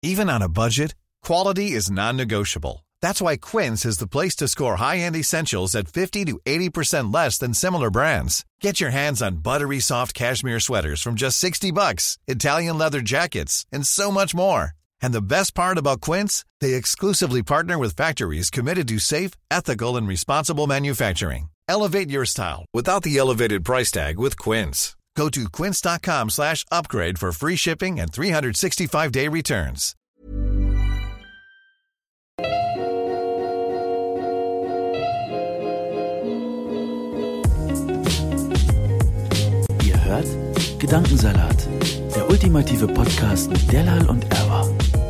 Even on a budget, quality is non-negotiable. That's why Quince is the place to score high-end essentials at 50 to 80% less than similar brands. Get your hands on buttery soft cashmere sweaters from just $60, Italian leather jackets, and so much more. And the best part about Quince, they exclusively partner with factories committed to safe, ethical, and responsible manufacturing. Elevate your style without the elevated price tag with Quince. Go to quince.com/upgrade for free shipping and 365-day returns. Ihr hört Gedankensalat, der ultimative Podcast mit Delal und Erwa.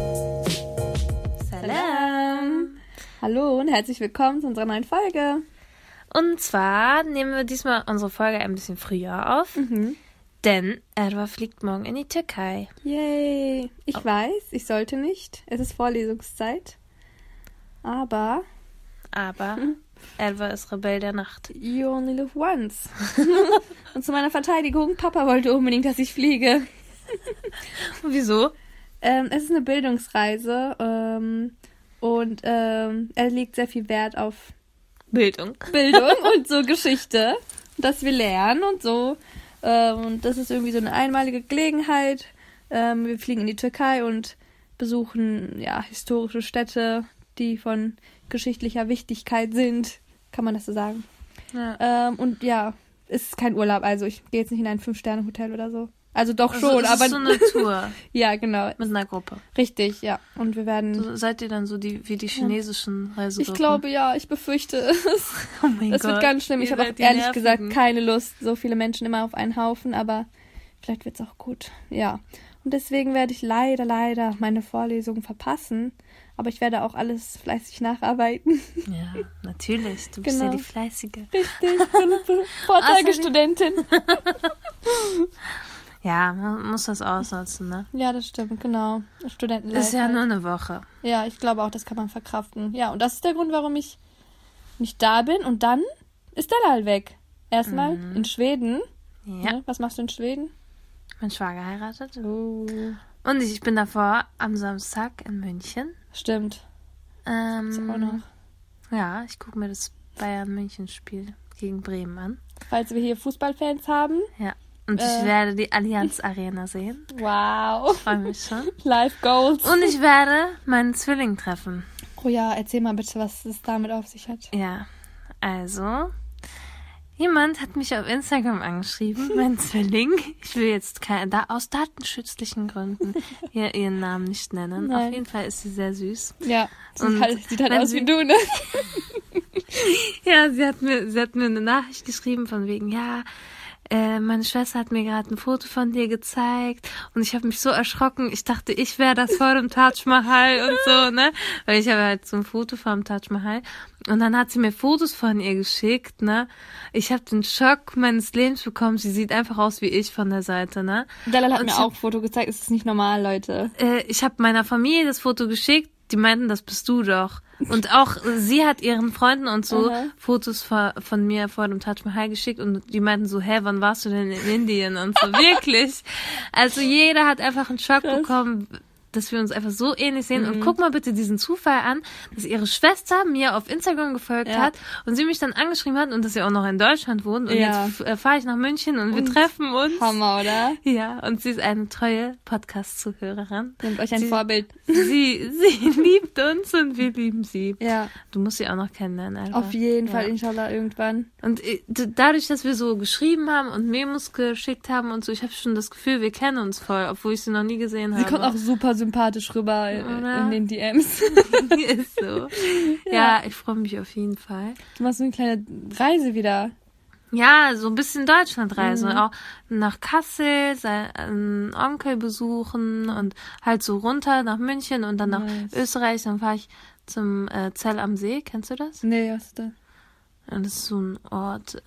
Salam! Hallo und herzlich willkommen zu unserer neuen Folge. Und zwar nehmen wir diesmal unsere Folge ein bisschen früher auf, denn Erwa fliegt morgen in die Türkei. Yay! Ich weiß, ich sollte nicht. Es ist Vorlesungszeit. Aber Erwa ist Rebell der Nacht. you only live once. Und zu meiner Verteidigung, Papa wollte unbedingt, dass ich fliege. Wieso? Es ist eine Bildungsreise und er legt sehr viel Wert auf Bildung und so Geschichte, dass wir lernen und so. Und das ist irgendwie so eine einmalige Gelegenheit. Wir fliegen in die Türkei und besuchen historische Städte, die von geschichtlicher Wichtigkeit sind. Kann man das so sagen? Ja. Und ja, es ist kein Urlaub. Also ich gehe jetzt nicht in ein 5-Sterne-Hotel oder so. Also doch Also schon, es aber... ist so eine Tour. Ja, genau. Mit einer Gruppe. Richtig, ja. Und wir werden... So, seid ihr dann so wie die chinesischen Reisegruppen? Ich glaube, ja, ich befürchte es. Oh mein Das Gott. wird ganz schlimm. Ich Ihr habe auch seid die ehrlich Nervigen. gesagt keine Lust, so viele Menschen immer auf einen Haufen, aber vielleicht wird es auch gut. Ja. Und deswegen werde ich leider meine Vorlesungen verpassen. Aber ich werde auch alles fleißig nacharbeiten. Ja, natürlich. Du bist Genau. ja die Fleißige. Richtig, so eine Vortragestudentin. Ja, man muss das ausnutzen, ne? Ja, das stimmt, genau. Studentenlife. Ist ja nur eine Woche. Ja, ich glaube auch, das kann man verkraften. Ja, und das ist der Grund, warum ich nicht da bin. Und dann ist Delal weg. Erstmal in Schweden. Ja. Ne? Was machst du in Schweden? Mein Schwager heiratet. Oh. Und ich bin davor am Samstag in München. Stimmt. Ist auch noch. Ja, ich gucke mir das Bayern-München-Spiel gegen Bremen an. Falls wir hier Fußballfans haben. Ja. Und ich werde die Allianz Arena sehen. Wow. Freue mich schon. Life Goals. Und ich werde meinen Zwilling treffen. Oh ja, erzähl mal bitte, was es damit auf sich hat. Ja, also, jemand hat mich auf Instagram angeschrieben, mein Zwilling. Ich will jetzt aus datenschutzlichen Gründen hier ihren Namen nicht nennen. Nein. Auf jeden Fall ist sie sehr süß. Ja, Und sieht halt wenn aus sie- wie du, ne? Ja, sie hat mir eine Nachricht geschrieben von wegen, ja, meine Schwester hat mir gerade ein Foto von dir gezeigt und ich habe mich so erschrocken. Ich dachte, ich wäre das vor dem Taj Mahal und so, ne? Weil ich habe halt so ein Foto vom Taj Mahal. Und dann hat sie mir Fotos von ihr geschickt, ne? Ich habe den Schock meines Lebens bekommen. Sie sieht einfach aus wie ich von der Seite, ne? Dalal hat Und mir ich auch ein Foto gezeigt. Es ist nicht normal, Leute. Ich habe meiner Familie das Foto geschickt. Die meinten, das bist du doch. Und auch sie hat ihren Freunden und so Aha. Fotos von mir vor dem Taj Mahal geschickt und die meinten so, hä, wann warst du denn in Indien und so. Wirklich. Also jeder hat einfach einen Schock bekommen, dass wir uns einfach so ähnlich sehen. Und guck mal bitte diesen Zufall an, dass ihre Schwester mir auf Instagram gefolgt hat und sie mich dann angeschrieben hat und dass sie auch noch in Deutschland wohnt. Und jetzt fahre ich nach München und wir treffen uns. Hammer, oder? Ja, und sie ist eine treue Podcast-Zuhörerin. Nehmt euch ein Vorbild. Sie liebt uns und wir lieben sie. Ja, Du musst sie auch noch kennenlernen, Alter. auf jeden Ja. Fall, inshallah, irgendwann. Und dadurch, dass wir so geschrieben haben und Memos geschickt haben und so, ich habe schon das Gefühl, wir kennen uns voll, obwohl ich sie noch nie gesehen Sie habe. kommt auch super sympathisch rüber Oder? in den DMs. Ist so. Ja, ich freue mich auf jeden Fall. Du machst so eine kleine Reise wieder. Ja, so ein bisschen Deutschlandreise. Auch nach Kassel, seinen Onkel besuchen und halt so runter nach München und dann nach Österreich. Dann fahre ich zum Zell am See. Kennst du das? Nee, was ist das? Und das ist so ein Ort,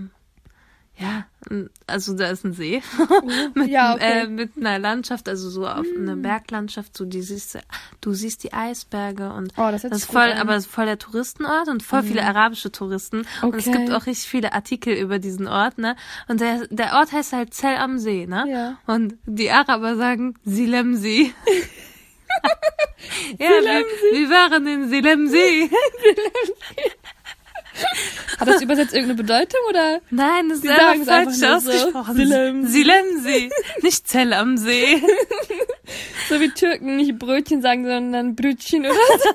ja, also da ist ein See mit, Ja, okay. mit einer Landschaft, also so auf einer Berglandschaft, so du siehst die Eisberge und Oh, das hört das sich ist voll, gut an. aber es ist voll der Touristenort und voll viele arabische Touristen und es Okay. gibt auch richtig viele Artikel über diesen Ort, ne? Und der Ort heißt halt Zell am See, ne? Ja. Und die Araber sagen Silem See. Ja, wir waren in Selemsee. Hat das übersetzt irgendeine Bedeutung, oder? Nein, das ist sagen es einfach falsch einfach nur so. ausgesprochen. Selemsee, nicht Zell am See. So wie Türken nicht Brötchen sagen, sondern Brötchen oder so.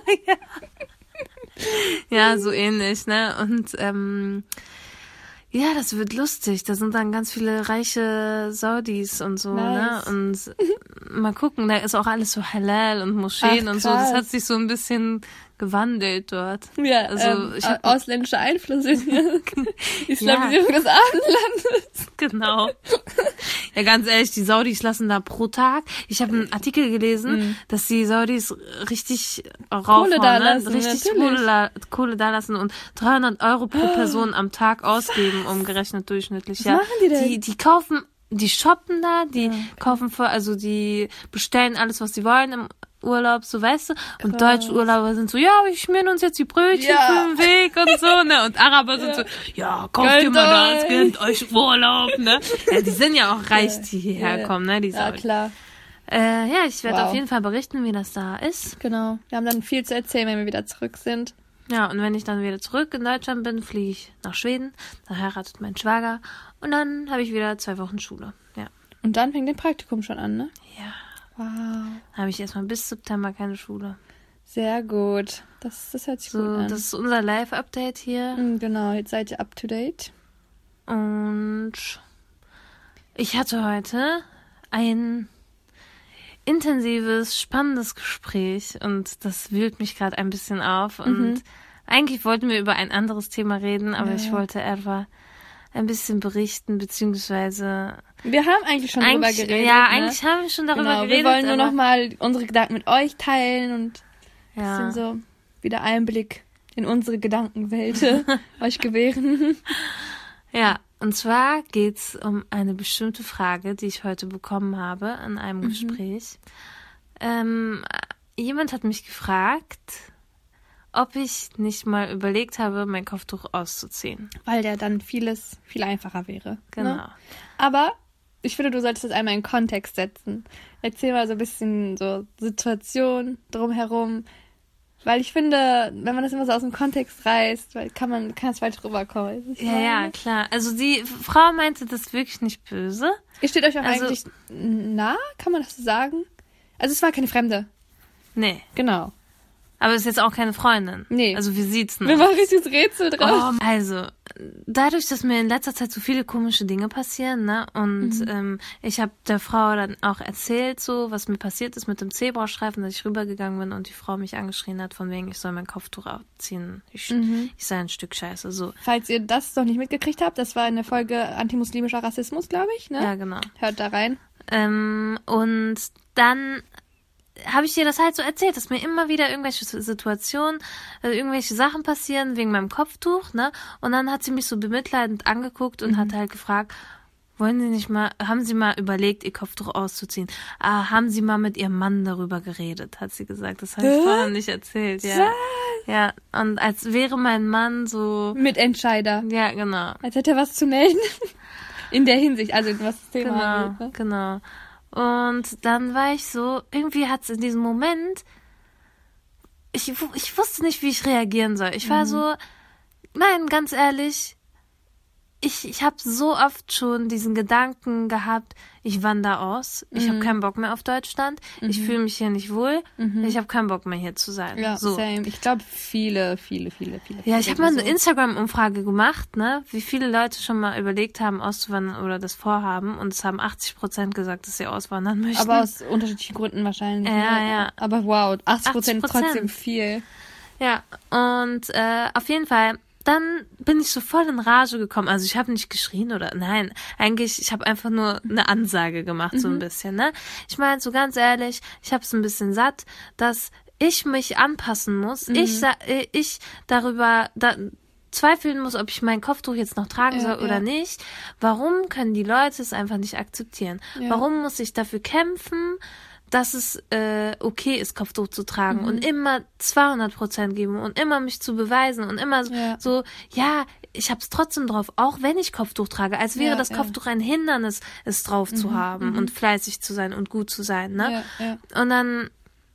Ja, so ähnlich, ne? Und ja, das wird lustig. Da sind dann ganz viele reiche Saudis und so, Nice. ne? Und mal gucken, da ist auch alles so halal und Moscheen Ach, und so. Das krass. hat sich so ein bisschen gewandelt dort. Ja, Also, ich hab- ausländischer Einfluss in der Islamisierung des Abendlandes. Genau. Ja, ganz ehrlich, die Saudis lassen da pro Tag. Ich habe einen Artikel gelesen, dass die Saudis richtig raufhauen, da ne? lassen, Richtig natürlich. Kohle da lassen und 300 € pro Person am Tag ausgeben, umgerechnet durchschnittlich. Was Ja, machen die denn? Die kaufen, die shoppen da, die kaufen also die bestellen alles, was sie wollen im Urlaub, so weißt du. Und deutsche Urlauber sind so, ja, wir schmieren uns jetzt die Brötchen für den Weg und so, ne? Und Araber sind so, ja, kauft ihr Gönnt mal das, euch. gönnt euch Urlaub, ne? Ja, die sind ja auch reich, die hierher kommen, ne? Die Ja, Saudis. klar. Ja, ich werde Wow. auf jeden Fall berichten, wie das da ist. Genau. Wir haben dann viel zu erzählen, wenn wir wieder zurück sind. Ja, und wenn ich dann wieder zurück in Deutschland bin, fliege ich nach Schweden, dann heiratet mein Schwager und dann habe ich wieder 2 Wochen Schule. Ja. Und dann fängt dein Praktikum schon an, ne? Ja. Wow. Dann habe ich erstmal bis September keine Schule. Sehr gut. Das hört sich So, gut an. das ist unser Live-Update hier. Genau, jetzt seid ihr up to date. Und ich hatte heute ein intensives, spannendes Gespräch und das wühlt mich gerade ein bisschen auf. Und eigentlich wollten wir über ein anderes Thema reden, aber ich wollte einfach ein bisschen berichten, beziehungsweise... Wir haben eigentlich schon drüber geredet. Ja, ne? eigentlich haben wir schon darüber Genau, geredet. wir wollen nur aber- noch mal unsere Gedanken mit euch teilen und Ja. bisschen so wieder Einblick in unsere Gedankenwelt euch gewähren. Ja, und zwar geht's um eine bestimmte Frage, die ich heute bekommen habe in einem Gespräch. Jemand hat mich gefragt, ob ich nicht mal überlegt habe, mein Kopftuch auszuziehen. Weil der dann viel einfacher wäre. Genau. Ne? Aber ich finde, du solltest das einmal in Kontext setzen. Erzähl mal so ein bisschen so Situation drumherum. Weil ich finde, wenn man das immer so aus dem Kontext reißt, kann es falsch rüberkommen. Weißt du, was ich Ja, meine? klar. Also die Frau meinte das wirklich nicht böse. Ihr steht euch auch Also- eigentlich nah, kann man das so sagen? Also es war keine Fremde. Nee. Genau. Aber ist jetzt auch keine Freundin. Nee. Also wir sieht's Wir nicht. machen richtiges Rätsel drauf. Also, dadurch, dass mir in letzter Zeit so viele komische Dinge passieren, ne, und ich habe der Frau dann auch erzählt, so, was mir passiert ist mit dem Zebrastreifen, dass ich rübergegangen bin und die Frau mich angeschrien hat, von wegen, ich soll mein Kopftuch abziehen. Ich sei ein Stück Scheiße, so. Falls ihr das noch nicht mitgekriegt habt, das war in der Folge antimuslimischer Rassismus, glaube ich, ne? Ja, genau. Hört da rein. Und dann habe ich dir das halt so erzählt, dass mir immer wieder irgendwelche Situationen, irgendwelche Sachen passieren wegen meinem Kopftuch, ne? Und dann hat sie mich so bemitleidend angeguckt und hat halt gefragt, haben Sie mal überlegt, Ihr Kopftuch auszuziehen? Haben Sie mal mit Ihrem Mann darüber geredet, hat sie gesagt. Das habe ich vorher nicht erzählt, ja. Ja, und als wäre mein Mann so, Mitentscheider. ja, genau. Als hätte er was zu melden. In der Hinsicht, also was das Thema Genau, angeht. Ne? genau. Und dann war ich so, irgendwie hat es in diesem Moment, ich wusste nicht, wie ich reagieren soll. Ich war so, nein, ganz ehrlich, ich habe so oft schon diesen Gedanken gehabt, ich wandere aus, ich habe keinen Bock mehr auf Deutschland, ich fühle mich hier nicht wohl, ich habe keinen Bock mehr hier zu sein. Ja, so. same. Ich glaube, viele. Ja, ich habe mal eine so. Instagram-Umfrage gemacht, ne, wie viele Leute schon mal überlegt haben, auszuwandern oder das vorhaben. Und es haben 80% gesagt, dass sie auswandern möchten. Aber aus unterschiedlichen Gründen wahrscheinlich. Ja, ne? ja. Aber wow, 80% ist 80%. trotzdem viel. Ja, und auf jeden Fall, dann bin ich so voll in Rage gekommen. Also ich habe nicht geschrien oder, nein, eigentlich, ich habe einfach nur eine Ansage gemacht, so ein bisschen, ne. Ich meine, so ganz ehrlich, ich habe es ein bisschen satt, dass ich mich anpassen muss, ich darüber zweifeln muss, ob ich mein Kopftuch jetzt noch tragen soll oder nicht. Warum können die Leute es einfach nicht akzeptieren? Ja. Warum muss ich dafür kämpfen, dass es okay ist, Kopftuch zu tragen und immer 200% geben und immer mich zu beweisen und immer so, ja, ich hab's trotzdem drauf, auch wenn ich Kopftuch trage, als wäre das Kopftuch ein Hindernis, es drauf zu haben und fleißig zu sein und gut zu sein, ne? Ja. Und dann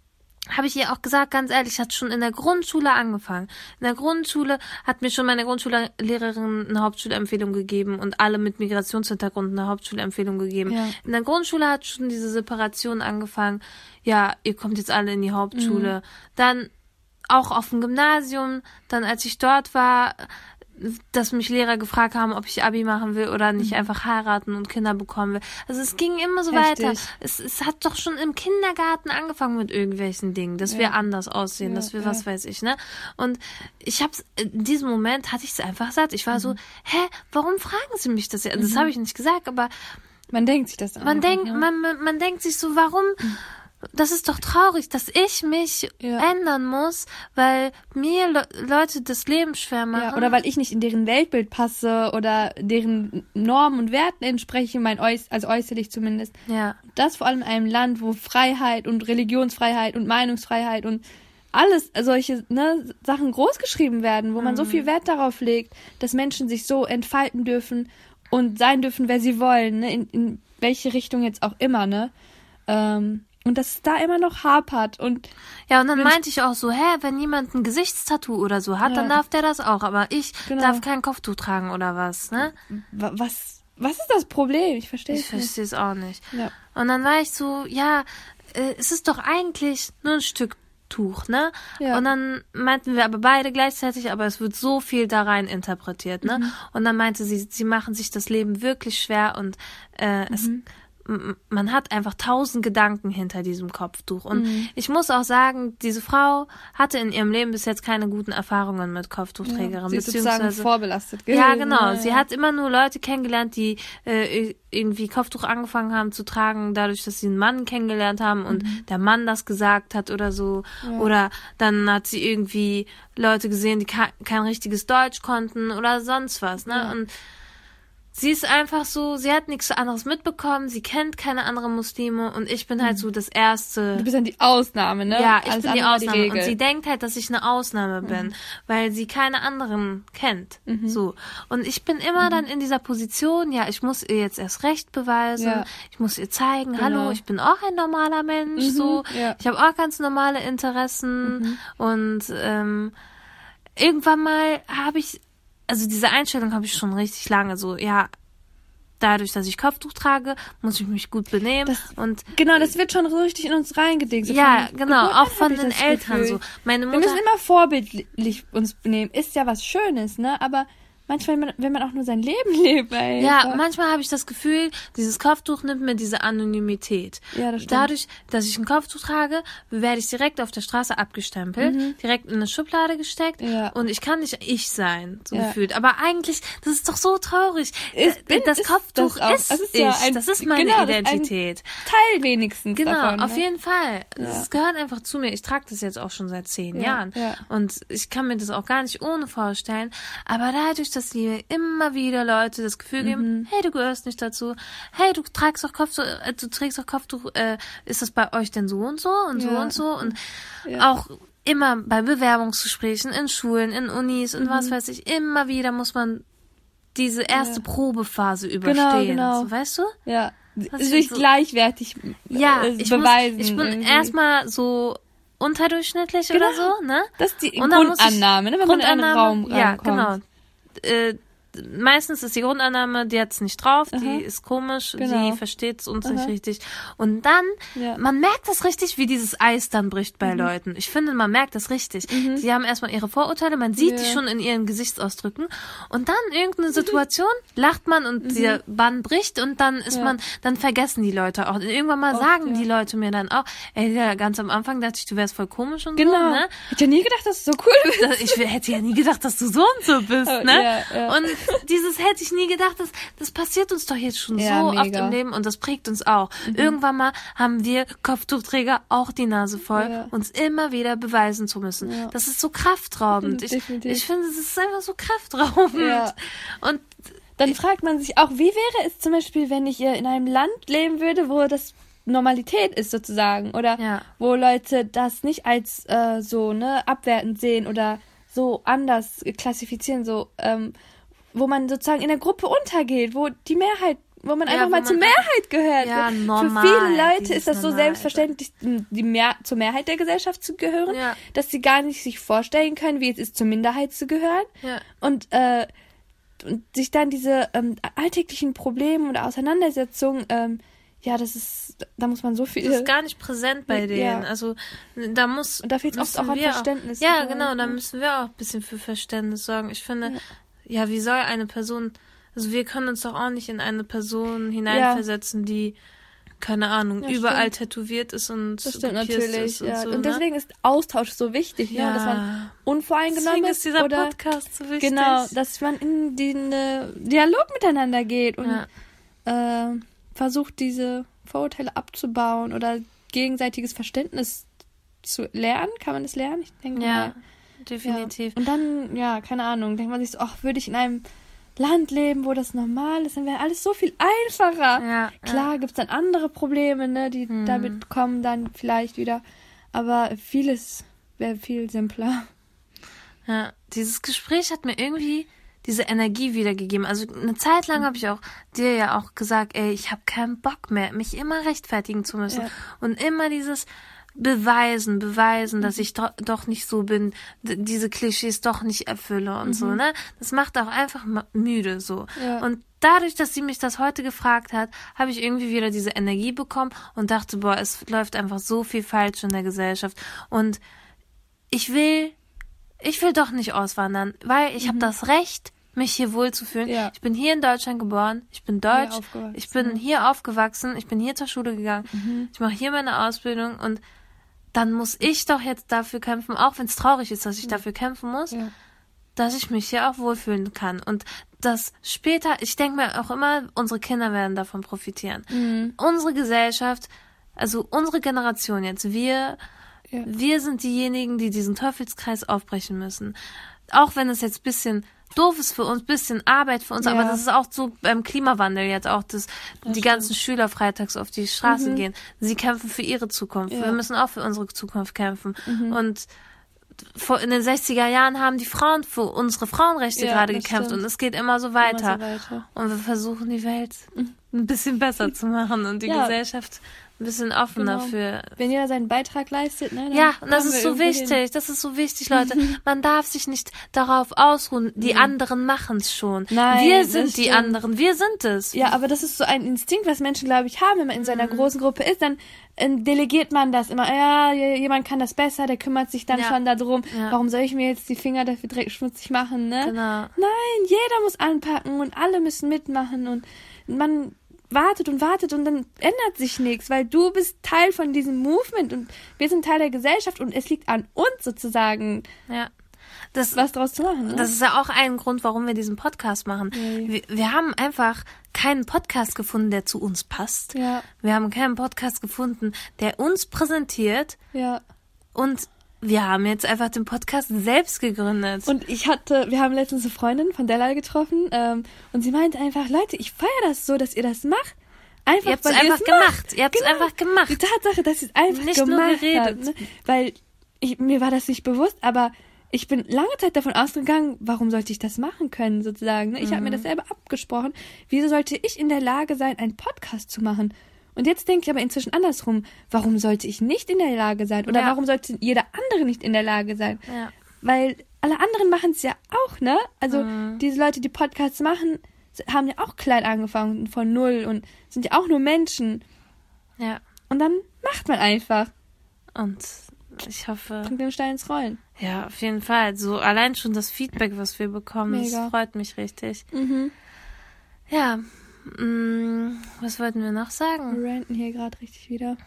habe ich ihr auch gesagt, ganz ehrlich, hat schon in der Grundschule angefangen. In der Grundschule hat mir schon meine Grundschullehrerin eine Hauptschulempfehlung gegeben und alle mit Migrationshintergrund eine Hauptschulempfehlung gegeben. Ja. In der Grundschule hat schon diese Separation angefangen. Ja, ihr kommt jetzt alle in die Hauptschule. Dann auch auf dem Gymnasium, dann als ich dort war, dass mich Lehrer gefragt haben, ob ich Abi machen will oder nicht einfach heiraten und Kinder bekommen will. Also es ging immer so weiter. Es hat doch schon im Kindergarten angefangen mit irgendwelchen Dingen, dass wir anders aussehen, dass wir was weiß ich, ne? Und ich hab's, in diesem Moment hatte ich es einfach satt. Ich war so, warum fragen Sie mich das? Das habe ich nicht gesagt, aber man denkt sich das auch. Man denkt sich so, warum... Das ist doch traurig, dass ich mich ändern muss, weil mir Leute das Leben schwer machen. Ja, oder weil ich nicht in deren Weltbild passe oder deren Normen und Werten entspreche, also äußerlich zumindest. Ja. Das vor allem in einem Land, wo Freiheit und Religionsfreiheit und Meinungsfreiheit und alles solche Sachen großgeschrieben werden, wo man so viel Wert darauf legt, dass Menschen sich so entfalten dürfen und sein dürfen, wer sie wollen, ne? In welche Richtung jetzt auch immer, ne? Und dass es da immer noch hapert. Und dann meinte ich auch so, wenn jemand ein Gesichtstattoo oder so hat, dann darf der das auch. Aber ich darf kein Kopftuch tragen oder was, ne? Was ist das Problem? Ich verstehe es nicht. Ich verstehe es auch nicht. Ja. Und dann war ich so, es ist doch eigentlich nur ein Stück Tuch, ne? Ja. Und dann meinten wir aber beide gleichzeitig, aber es wird so viel da rein interpretiert, ne? Und dann meinte sie machen sich das Leben wirklich schwer und man hat einfach 1000 Gedanken hinter diesem Kopftuch. Und ich muss auch sagen, diese Frau hatte in ihrem Leben bis jetzt keine guten Erfahrungen mit Kopftuchträgerinnen. Sie ist sozusagen vorbelastet gewesen. Ja, genau. Ja. Sie hat immer nur Leute kennengelernt, die irgendwie Kopftuch angefangen haben zu tragen, dadurch, dass sie einen Mann kennengelernt haben und der Mann das gesagt hat oder so. Ja. Oder dann hat sie irgendwie Leute gesehen, die kein richtiges Deutsch konnten oder sonst was, ne? Ja. Und sie ist einfach so, sie hat nichts anderes mitbekommen, sie kennt keine anderen Muslime und ich bin halt so das Erste. Du bist dann die Ausnahme, ne? Ja, ich bin die Ausnahme und sie denkt halt, dass ich eine Ausnahme bin, weil sie keine anderen kennt. So. Und ich bin immer dann in dieser Position, ich muss ihr jetzt erst recht beweisen, ich muss ihr zeigen, hallo, ich bin auch ein normaler Mensch, so. Ja. Ich habe auch ganz normale Interessen und irgendwann mal also diese Einstellung habe ich schon richtig lange so, dadurch, dass ich Kopftuch trage, muss ich mich gut benehmen. Das wird schon so richtig in uns reingedickt. So genau, auch von den Eltern so. Meine Mutter, wir müssen immer vorbildlich uns benehmen. Ist ja was Schönes, ne? Aber manchmal, wenn man auch nur sein Leben lebt, ey. Ja, manchmal habe ich das Gefühl, dieses Kopftuch nimmt mir diese Anonymität. Ja, das stimmt. Dadurch, dass ich ein Kopftuch trage, werde ich direkt auf der Straße abgestempelt, direkt in eine Schublade gesteckt und ich kann nicht ich sein, so gefühlt. Aber eigentlich, das ist doch so traurig. Das Kopftuch ist ich. Das ist meine Identität. Teil wenigstens davon. Genau, auf jeden Fall. Es gehört einfach zu mir. Ich trage das jetzt auch schon seit 10 Jahren. Ja. Und ich kann mir das auch gar nicht ohne vorstellen. Aber dadurch, dass mir immer wieder Leute das Gefühl geben, hey, du gehörst nicht dazu, hey, du trägst doch Kopftuch, ist das bei euch denn so und so und so und so und auch immer bei Bewerbungsgesprächen in Schulen, in Unis und was weiß ich, immer wieder muss man diese erste Probephase überstehen, genau. So, weißt du? Ja, sich so gleichwertig beweisen. Ich bin erstmal so unterdurchschnittlich oder so, ne? Das ist die Grundannahme, ne? Wenn man in einen Raum reinkommt. Ja, genau. Meistens ist die Grundannahme, die hat's nicht drauf, die ist komisch, die versteht's uns nicht richtig. Und dann, man merkt das richtig, wie dieses Eis dann bricht bei Leuten. Ich finde, man merkt das richtig. Sie haben erstmal ihre Vorurteile, man sieht die schon in ihren Gesichtsausdrücken. Und dann irgendeine Situation, lacht man und der Bann bricht und dann ist dann vergessen die Leute auch. Und irgendwann mal sagen die Leute mir dann auch, ganz am Anfang dachte ich, du wärst voll komisch und so, ne? Hätte ja nie gedacht, dass du so cool bist. Ich hätte ja nie gedacht, dass du so und so bist, ne? Und dieses hätte ich nie gedacht, das passiert uns doch jetzt schon so oft im Leben und das prägt uns auch. Irgendwann mal haben wir Kopftuchträger auch die Nase voll, uns immer wieder beweisen zu müssen. Ja. Das ist so kraftraubend. Ich finde, es ist einfach so kraftraubend. Ja. Und dann fragt man sich auch, wie wäre es zum Beispiel, wenn ich in einem Land leben würde, wo das Normalität ist sozusagen oder wo Leute das nicht als abwertend sehen oder so anders klassifizieren, so wo man sozusagen in der Gruppe untergeht, wo die Mehrheit wo man einfach mal zur Mehrheit gehört. Ja, normal. Für viele Leute ist das so selbstverständlich, zur Mehrheit der Gesellschaft zu gehören, dass sie gar nicht sich vorstellen können, wie es ist, zur Minderheit zu gehören. Ja. Und sich dann diese alltäglichen Probleme und Auseinandersetzungen, da muss man so viel... Das ist gar nicht präsent bei denen. Also da muss... Und da fehlt es oft auch an Verständnis. Ja, genau, da müssen wir auch ein bisschen für Verständnis sorgen. Ich finde, wie soll eine Person... Also wir können uns doch auch nicht in eine Person hineinversetzen, die, keine Ahnung, überall tätowiert ist und natürlich, ist und so. Und deswegen ist Austausch so wichtig, dass man unvoreingenommen ist. Deswegen ist dieser Podcast so wichtig. Genau, dass man in den Dialog miteinander geht und versucht, diese Vorurteile abzubauen oder gegenseitiges Verständnis zu lernen. Kann man das lernen? Ich denke mal. Definitiv. Ja. Und dann, keine Ahnung, denkt man sich so, würde ich in einem Land leben, wo das normal ist, dann wäre alles so viel einfacher. Ja, Klar gibt's dann andere Probleme, ne, die damit kommen dann vielleicht wieder. Aber vieles wäre viel simpler. Ja, dieses Gespräch hat mir irgendwie diese Energie wiedergegeben. Also eine Zeit lang habe ich auch dir ja auch gesagt, ich habe keinen Bock mehr, mich immer rechtfertigen zu müssen. Ja. Und immer dieses beweisen, dass ich doch nicht so bin, diese Klischees doch nicht erfülle und so, ne? Das macht auch einfach müde, so. Ja. Und dadurch, dass sie mich das heute gefragt hat, habe ich irgendwie wieder diese Energie bekommen und dachte, es läuft einfach so viel falsch in der Gesellschaft. Und ich will doch nicht auswandern, weil ich habe das Recht, mich hier wohlzufühlen. Ja. Ich bin hier in Deutschland geboren, ich bin deutsch, ich bin hier aufgewachsen, ich bin hier zur Schule gegangen, ich mache hier meine Ausbildung und dann muss ich doch jetzt dafür kämpfen, auch wenn es traurig ist, dass ich dafür kämpfen muss, dass ich mich hier auch wohlfühlen kann. Und das später, ich denke mir auch immer, unsere Kinder werden davon profitieren. Unsere Gesellschaft, also unsere Generation jetzt, wir sind diejenigen, die diesen Teufelskreis aufbrechen müssen. Auch wenn es jetzt ein bisschen doof ist für uns, ein bisschen Arbeit für uns, aber das ist auch so beim Klimawandel jetzt auch, dass die ganzen Schüler freitags auf die Straße gehen. Sie kämpfen für ihre Zukunft. Wir müssen auch für unsere Zukunft kämpfen. Und in den 60er Jahren haben die Frauen für unsere Frauenrechte gerade gekämpft und es geht immer so weiter. Und wir versuchen die Welt ein bisschen besser zu machen und die Gesellschaft ein bisschen offener für... Wenn jeder seinen Beitrag leistet, ne? Und das ist so wichtig. Das ist so wichtig, Leute. Man darf sich nicht darauf ausruhen. Die anderen machen es schon. Nein, wir sind die anderen. Wir sind es. Ja, aber das ist so ein Instinkt, was Menschen, glaube ich, haben. Wenn man in so einer großen Gruppe ist, dann delegiert man das immer. Ja, jemand kann das besser, der kümmert sich dann schon darum. Ja. Warum soll ich mir jetzt die Finger dafür schmutzig machen, ne? Genau. Nein, jeder muss anpacken und alle müssen mitmachen und man wartet und dann ändert sich nichts, weil du bist Teil von diesem Movement und wir sind Teil der Gesellschaft und es liegt an uns sozusagen, was draus zu machen. Ne? Das ist ja auch ein Grund, warum wir diesen Podcast machen. Wir haben einfach keinen Podcast gefunden, der zu uns passt. Ja. Wir haben keinen Podcast gefunden, der uns präsentiert. Ja. Und wir haben jetzt einfach den Podcast selbst gegründet. Und wir haben letztens eine Freundin von Della getroffen und sie meinte einfach, Leute, ich feiere das so, dass ihr das macht. Ihr habt es einfach gemacht. Ihr habt es einfach gemacht. Die Tatsache, dass ihr es einfach nicht gemacht nur geredet. habt. Ne? Weil mir war das nicht bewusst, aber ich bin lange Zeit davon ausgegangen, warum sollte ich das machen können, sozusagen. Ne? Ich habe mir das selber abgesprochen. Wieso sollte ich in der Lage sein, einen Podcast zu machen? Und jetzt denke ich aber inzwischen andersrum. Warum sollte ich nicht in der Lage sein? Oder warum sollte jeder andere nicht in der Lage sein? Ja. Weil alle anderen machen es ja auch, ne? Also diese Leute, die Podcasts machen, haben ja auch klein angefangen, von null und sind ja auch nur Menschen. Ja. Und dann macht man einfach. Und ich hoffe... Bringt den Stein ins Rollen. Ja, auf jeden Fall. So allein schon das Feedback, was wir bekommen, das freut mich richtig. Ja, was wollten wir noch sagen? Wir ranten hier gerade richtig wieder.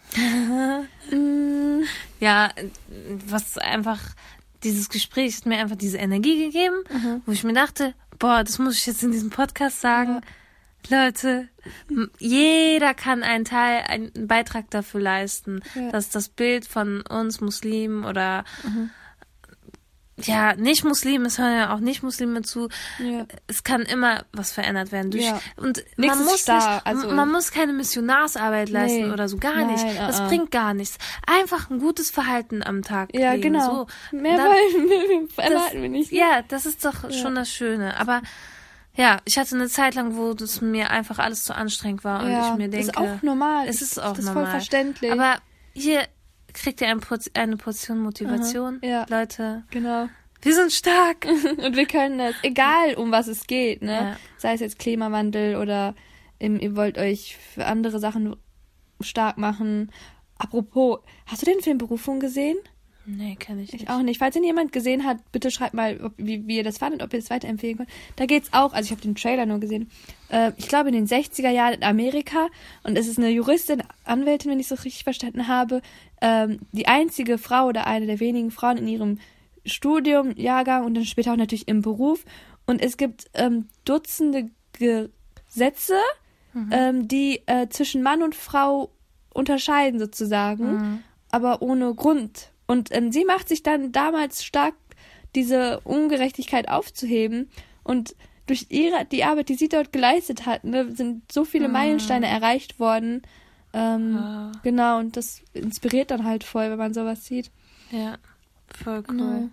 Ja, was einfach, dieses Gespräch hat mir einfach diese Energie gegeben, wo ich mir dachte, das muss ich jetzt in diesem Podcast sagen. Ja. Leute, jeder kann einen Beitrag dafür leisten, dass das Bild von uns Muslimen oder Nicht-Muslimen, es hören ja auch Nicht-Muslime zu. Ja. Es kann immer was verändert werden. Und man muss keine Missionarsarbeit leisten oder so, gar nicht. Das bringt gar nichts. Einfach ein gutes Verhalten am Tag legen. Ja, genau. So. Mehr erwarten wir nicht. Ja, das ist doch schon das Schöne. Aber Ja, ich hatte eine Zeit lang, wo das mir einfach alles zu anstrengend war und ich mir denke... ist auch normal. Es ist auch das ist normal. voll verständlich. Aber hier kriegt ihr eine Portion Motivation. Ja. Leute, Genau. wir sind stark. Und wir können das, egal um was es geht, ne? Ja. Sei es jetzt Klimawandel oder ihr wollt euch für andere Sachen stark machen. Apropos, hast du den Film Berufung gesehen? Nee, kenn ich nicht. Ich auch nicht. Falls ihn jemand gesehen hat, bitte schreibt mal, wie ihr das fandet, ob ihr das weiterempfehlen könnt. Da geht's auch, also ich habe den Trailer nur gesehen, ich glaube in den 60er Jahren in Amerika, und es ist eine Juristin, Anwältin, wenn ich es so richtig verstanden habe, die einzige Frau oder eine der wenigen Frauen in ihrem Studium, Jahrgang und dann später auch natürlich im Beruf. Und es gibt Dutzende Gesetze, die zwischen Mann und Frau unterscheiden sozusagen, aber ohne Grund. Und sie macht sich dann damals stark, diese Ungerechtigkeit aufzuheben. Und durch die Arbeit, die sie dort geleistet hat, ne, sind so viele Meilensteine erreicht worden. Genau, und das inspiriert dann halt voll, wenn man sowas sieht. Ja, voll cool.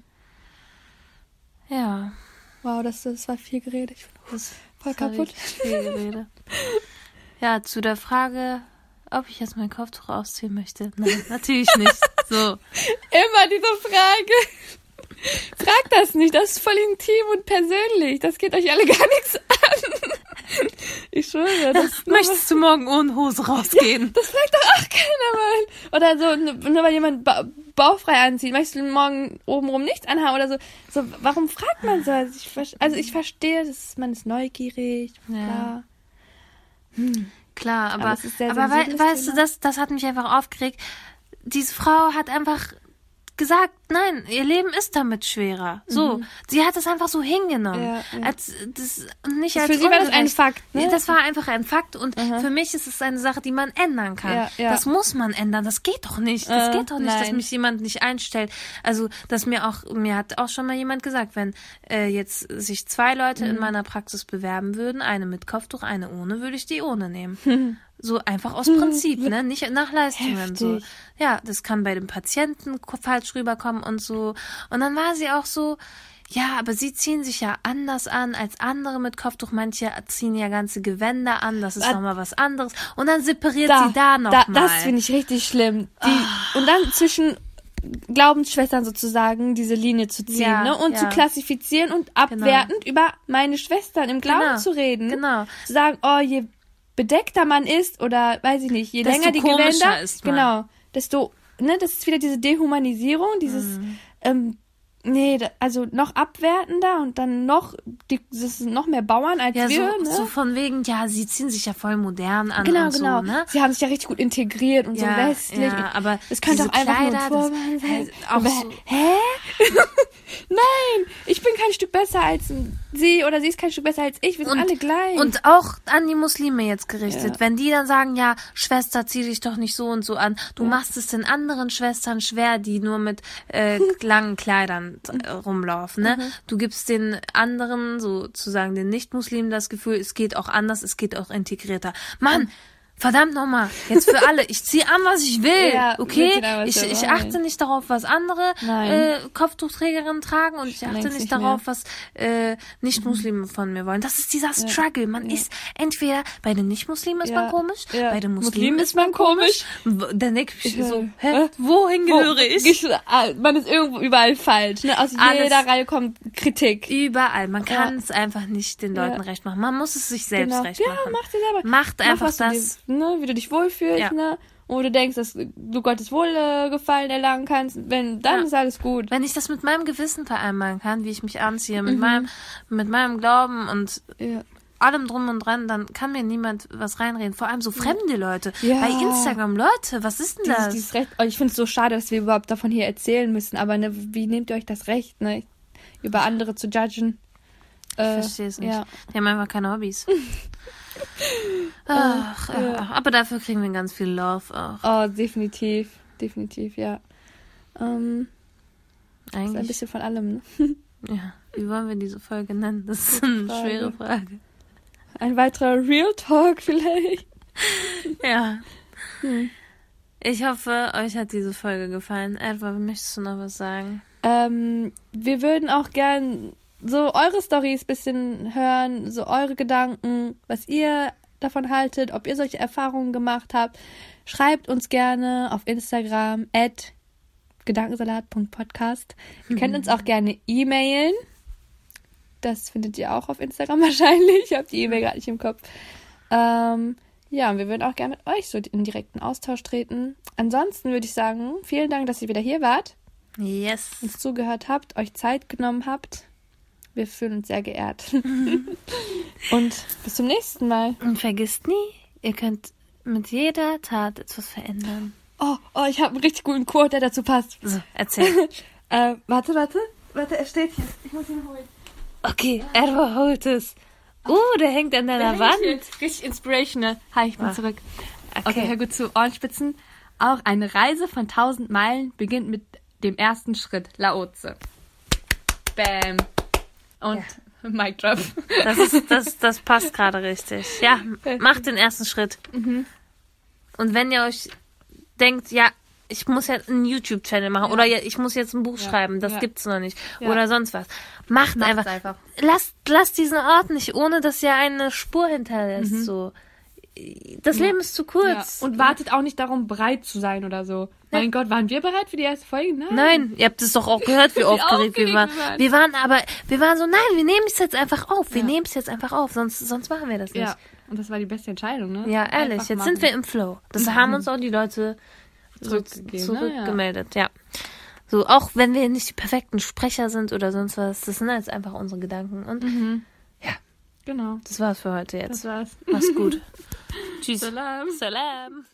Ja. Wow, das war viel geredet. Ich bin voll Das war kaputt. wirklich viel Gerede. Ja, zu der Frage, ob ich jetzt mein Kopftuch ausziehen möchte. Nein, natürlich nicht. So. Immer diese Frage. Fragt das nicht, das ist voll intim und persönlich. Das geht euch alle gar nichts an. Ich schwöre, Möchtest du morgen ohne Hose rausgehen? das fragt doch auch keiner mal. Oder so, nur weil jemand bauchfrei anzieht, möchtest du morgen obenrum nichts anhaben oder so. So, warum fragt man so? Also ich verstehe, man ist neugierig, klar. Klar, aber es ist sehr weißt sensibles du, Thema. das hat mich einfach aufgeregt. Diese Frau hat einfach gesagt, nein, ihr Leben ist damit schwerer. So, sie hat es einfach so hingenommen. Ja. Als nicht Für als sie war das ein Unrecht. Fakt, ne? Ja, das war einfach ein Fakt und für mich ist es eine Sache, die man ändern kann. Ja. Das muss man ändern. Das geht doch nicht. Das geht doch nicht, dass nein. mich jemand nicht einstellt. Also, mir hat auch schon mal jemand gesagt, wenn jetzt sich 2 Leute in meiner Praxis bewerben würden, eine mit Kopftuch, eine ohne, würde ich die ohne nehmen. So einfach aus Prinzip, ne? Nicht nach Leistungen. So. Ja, das kann bei dem Patienten falsch rüberkommen und so. Und dann war sie auch so, ja, aber sie ziehen sich ja anders an als andere mit Kopftuch. Manche ziehen ja ganze Gewänder an, das ist nochmal was anderes. Und dann separiert sie da nochmal. Das finde ich richtig schlimm. Und dann zwischen Glaubensschwestern sozusagen diese Linie zu ziehen, Ja, ne? Und ja. zu klassifizieren und abwertend über meine Schwestern im Glauben zu reden. Genau. Zu sagen, oh, je bedeckter man ist oder, weiß ich nicht, je Desto länger die komischer Gewänder, ist man. genau, desto, ne, das ist wieder diese Dehumanisierung, dieses, also noch abwertender und dann das sind noch mehr Bauern als Ja, wir, so, ne? so von wegen, ja, sie ziehen sich ja voll modern an Genau, und so, genau. ne? Sie haben sich ja richtig gut integriert und so westlich. Ja, aber es könnte diese auch einfach nur ein Kleider, Turban sein. auch Aber, so, hä? Nein, ich bin kein Stück besser als sie oder sie ist kein Stück besser als ich. Wir sind alle gleich. Und auch an die Muslime jetzt gerichtet. Ja. Wenn die dann sagen, ja, Schwester, zieh dich doch nicht so und so an. Du machst es den anderen Schwestern schwer, die nur mit langen Kleidern rumlaufen. Ne? Du gibst den anderen, sozusagen den Nicht-Muslimen, das Gefühl, es geht auch anders, es geht auch integrierter. Mann! Verdammt nochmal, jetzt für alle. Ich ziehe an, was ich will, Ja, okay? wir ziehen an, was wir Ich wollen. achte nicht darauf, was andere Kopftuchträgerinnen tragen und ich achte längst nicht nicht darauf, was Nicht-Muslime von mir wollen. Das ist dieser Struggle. Man ist entweder bei den Nicht-Muslimen ist man komisch, bei den Muslimen ist man komisch. Dann denke ich so, wohin gehöre ich? Man ist irgendwo überall falsch. Ne? Aus jeder Reihe kommt Kritik. Überall. Man kann es einfach nicht den Leuten recht machen. Man muss es sich selbst recht machen. Ja, mach dir selber. Macht einfach was du das. wie du dich wohlfühlst, Ja. ne? Wo du denkst, dass du Gottes Wohlgefallen erlangen kannst, dann ist alles gut. Wenn ich das mit meinem Gewissen vereinbaren kann, wie ich mich anziehe, mit meinem Glauben und allem drum und dran, dann kann mir niemand was reinreden. Vor allem so fremde Leute. Ja. Bei Instagram, Leute, was ist denn das? Dieses Recht, ich finde es so schade, dass wir überhaupt davon hier erzählen müssen, aber ne, wie nehmt ihr euch das Recht, ne, über andere zu judgen? Ich verstehe es nicht. Ja. Die haben einfach keine Hobbys. Ach, aber dafür kriegen wir ganz viel Love auch. Oh, definitiv, ja. Ist ein Eigentlich, bisschen von allem, ne? ja. Wie wollen wir diese Folge nennen? Das ist eine Frage. schwere Frage. Ein weiterer Real Talk vielleicht. Ja. Ich hoffe, euch hat diese Folge gefallen. Edward, möchtest du noch was sagen? Wir würden auch gern so eure Storys ein bisschen hören, so eure Gedanken, was ihr davon haltet, ob ihr solche Erfahrungen gemacht habt. Schreibt uns gerne auf Instagram @gedankensalat.podcast. Ihr könnt uns auch gerne e-mailen. Das findet ihr auch auf Instagram wahrscheinlich. Ich habe die E-Mail gerade nicht im Kopf. Ja, und wir würden auch gerne mit euch so in direkten Austausch treten. Ansonsten würde ich sagen, vielen Dank, dass ihr wieder hier wart. Yes. Uns zugehört habt, euch Zeit genommen habt. Wir fühlen uns sehr geehrt. Und bis zum nächsten Mal. Und vergisst nie, ihr könnt mit jeder Tat etwas verändern. Oh, ich habe einen richtig guten Quote, der dazu passt. So, erzähl. Warte, er steht hier. Ich muss ihn holen. Okay, er holt es. Der hängt an deiner Wand. Richtig inspirational. Hi, ich bin zurück. Okay, hör gut zu. Ohrenspitzen. Auch eine Reise von 1000 Meilen beginnt mit dem ersten Schritt. Lao-Tse. Bam. Und Mic drop. Das passt gerade richtig. Ja, macht den ersten Schritt. Und wenn ihr euch denkt, ja, ich muss ja einen YouTube-Channel machen oder ich muss jetzt ein Buch schreiben, das gibt's noch nicht oder sonst was. Macht einfach. Lasst diesen Ort nicht, ohne dass ihr eine Spur hinterlässt. So. Das Leben ist zu kurz. Ja. Und wartet auch nicht darum, bereit zu sein oder so. Mein Gott, waren wir bereit für die erste Folge? Nein, ihr habt es doch auch gehört, wie aufgeregt wir waren. Wir waren so, nein, wir nehmen es jetzt einfach auf. Sonst machen wir das nicht. Ja, und das war die beste Entscheidung, ne? Ja, ehrlich, jetzt sind wir im Flow. Das haben uns auch die Leute zurückgemeldet, ja. So, auch wenn wir nicht die perfekten Sprecher sind oder sonst was, das sind jetzt einfach unsere Gedanken. Und genau. Das war's für heute jetzt. Das war's. Mach's gut. Tschüss. Salam.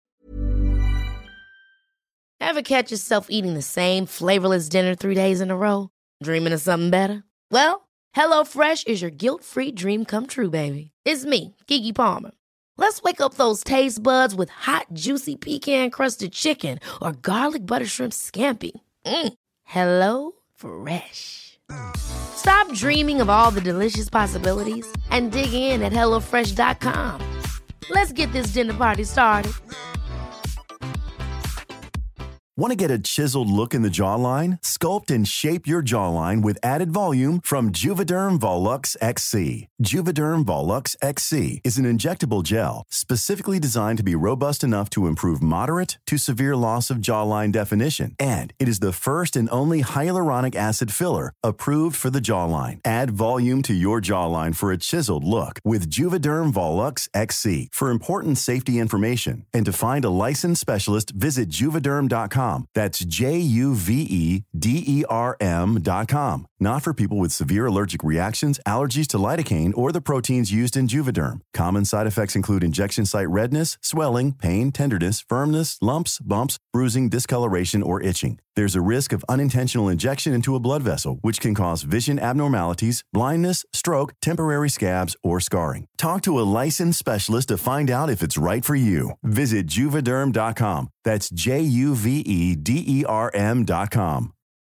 Ever catch yourself eating the same flavorless dinner 3 days in a row? Dreaming of something better? Well, HelloFresh is your guilt-free dream come true, baby. It's me, Keke Palmer. Let's wake up those taste buds with hot, juicy pecan-crusted chicken or garlic butter shrimp scampi. Hello Fresh. Stop dreaming of all the delicious possibilities and dig in at HelloFresh.com. Let's get this dinner party started. Want to get a chiseled look in the jawline? Sculpt and shape your jawline with added volume from Juvederm Volux XC. Juvederm Volux XC is an injectable gel specifically designed to be robust enough to improve moderate to severe loss of jawline definition. And it is the first and only hyaluronic acid filler approved for the jawline. Add volume to your jawline for a chiseled look with Juvederm Volux XC. For important safety information and to find a licensed specialist, visit Juvederm.com. That's JUVEDERM.com. Not for people with severe allergic reactions, allergies to lidocaine, or the proteins used in Juvederm. Common side effects include injection site redness, swelling, pain, tenderness, firmness, lumps, bumps, bruising, discoloration, or itching. There's a risk of unintentional injection into a blood vessel, which can cause vision abnormalities, blindness, stroke, temporary scabs, or scarring. Talk to a licensed specialist to find out if it's right for you. Visit Juvederm.com. That's JUVEDERM.com.